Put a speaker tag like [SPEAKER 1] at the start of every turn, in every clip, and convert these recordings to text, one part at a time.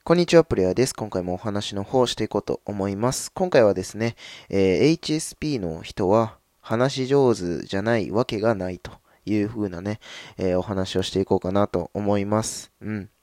[SPEAKER 1] こんにちは、プレイヤーです。今回もお話の方をしていこうと思います。今回はですね、HSP の人は話し上手じゃないわけがないという風なね、お話をしていこうかなと思います。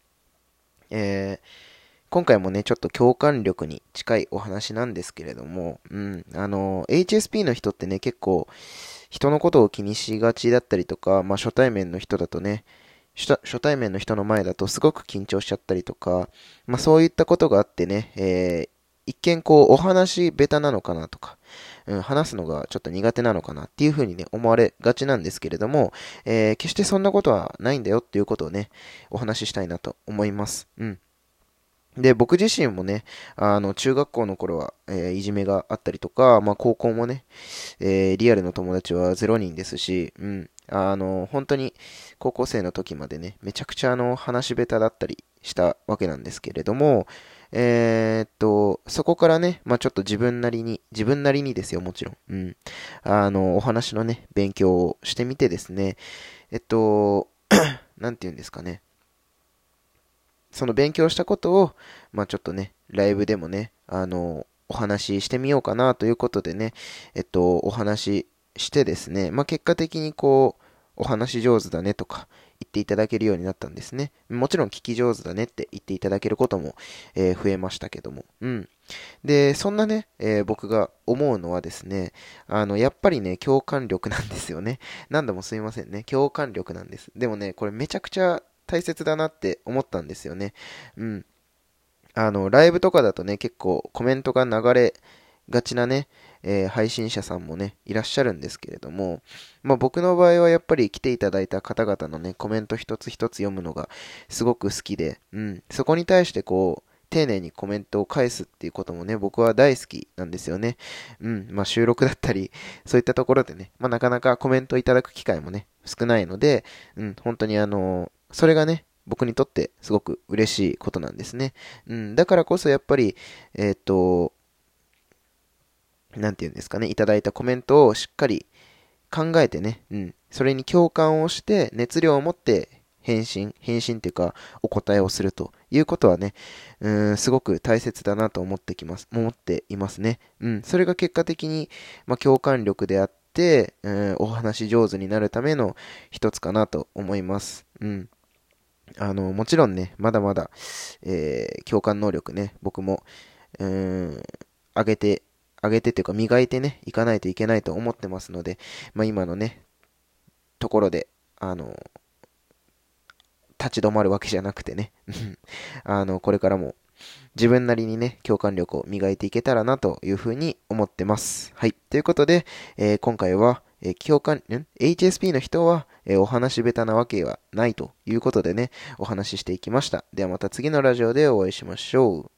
[SPEAKER 1] 今回もね、ちょっと共感力に近いお話なんですけれども、HSP の人ってね、結構人のことを気にしがちだったりとか、初対面の人だとね、初対面の人の前だとすごく緊張しちゃったりとか、そういったことがあってね、一見お話下手なのかなとか、話すのがちょっと苦手なのかなっていうふうにね、思われがちなんですけれども、決してそんなことはないんだよっていうことをね、お話ししたいなと思います。で、僕自身もね、中学校の頃は、いじめがあったりとか、高校もね、リアルの友達は0人ですし、本当に高校生の時までね、めちゃくちゃ話し下手だったりしたわけなんですけれども、そこからね、ちょっと自分なりにですよ、もちろん。お話のね、勉強をしてみてですね、なんて言うんですかね。その勉強したことを、ちょっとね、ライブでもね、お話ししてみようかなということでね、お話ししてですね、結果的にお話上手だねとか言っていただけるようになったんですね。もちろん聞き上手だねって言っていただけることも、増えましたけども。で、そんなね、僕が思うのはですね、やっぱりね、共感力なんですよね。何度もすいませんね。共感力なんです。でもね、これめちゃくちゃ大切だなって思ったんですよね。うん。ライブとかだとね、結構コメントが流れがちなね、配信者さんもね、いらっしゃるんですけれども、僕の場合はやっぱり来ていただいた方々のね、コメント一つ一つ読むのがすごく好きで、そこに対して丁寧にコメントを返すっていうこともね、僕は大好きなんですよね。収録だったり、そういったところでね、なかなかコメントいただく機会もね、少ないので、本当にそれがね、僕にとってすごく嬉しいことなんですね。だからこそやっぱり、えっと、なんていうんですかね、いただいたコメントをしっかり考えてね、それに共感をして熱量を持って返信っていうか、お答えをするということはね、すごく大切だなと思っていますね。それが結果的に、共感力であって、お話上手になるための一つかなと思います。もちろんね、まだまだ、共感能力ね、僕も、うーん、上げて、上げてっていうか磨いてね、いかないといけないと思ってますので、今のね、ところで、立ち止まるわけじゃなくてね、これからも自分なりにね、共感力を磨いていけたらなというふうに思ってます。はい。ということで、今回は、HSP の人は、お話下手なわけはないということでね、お話ししていきました。ではまた次のラジオでお会いしましょう。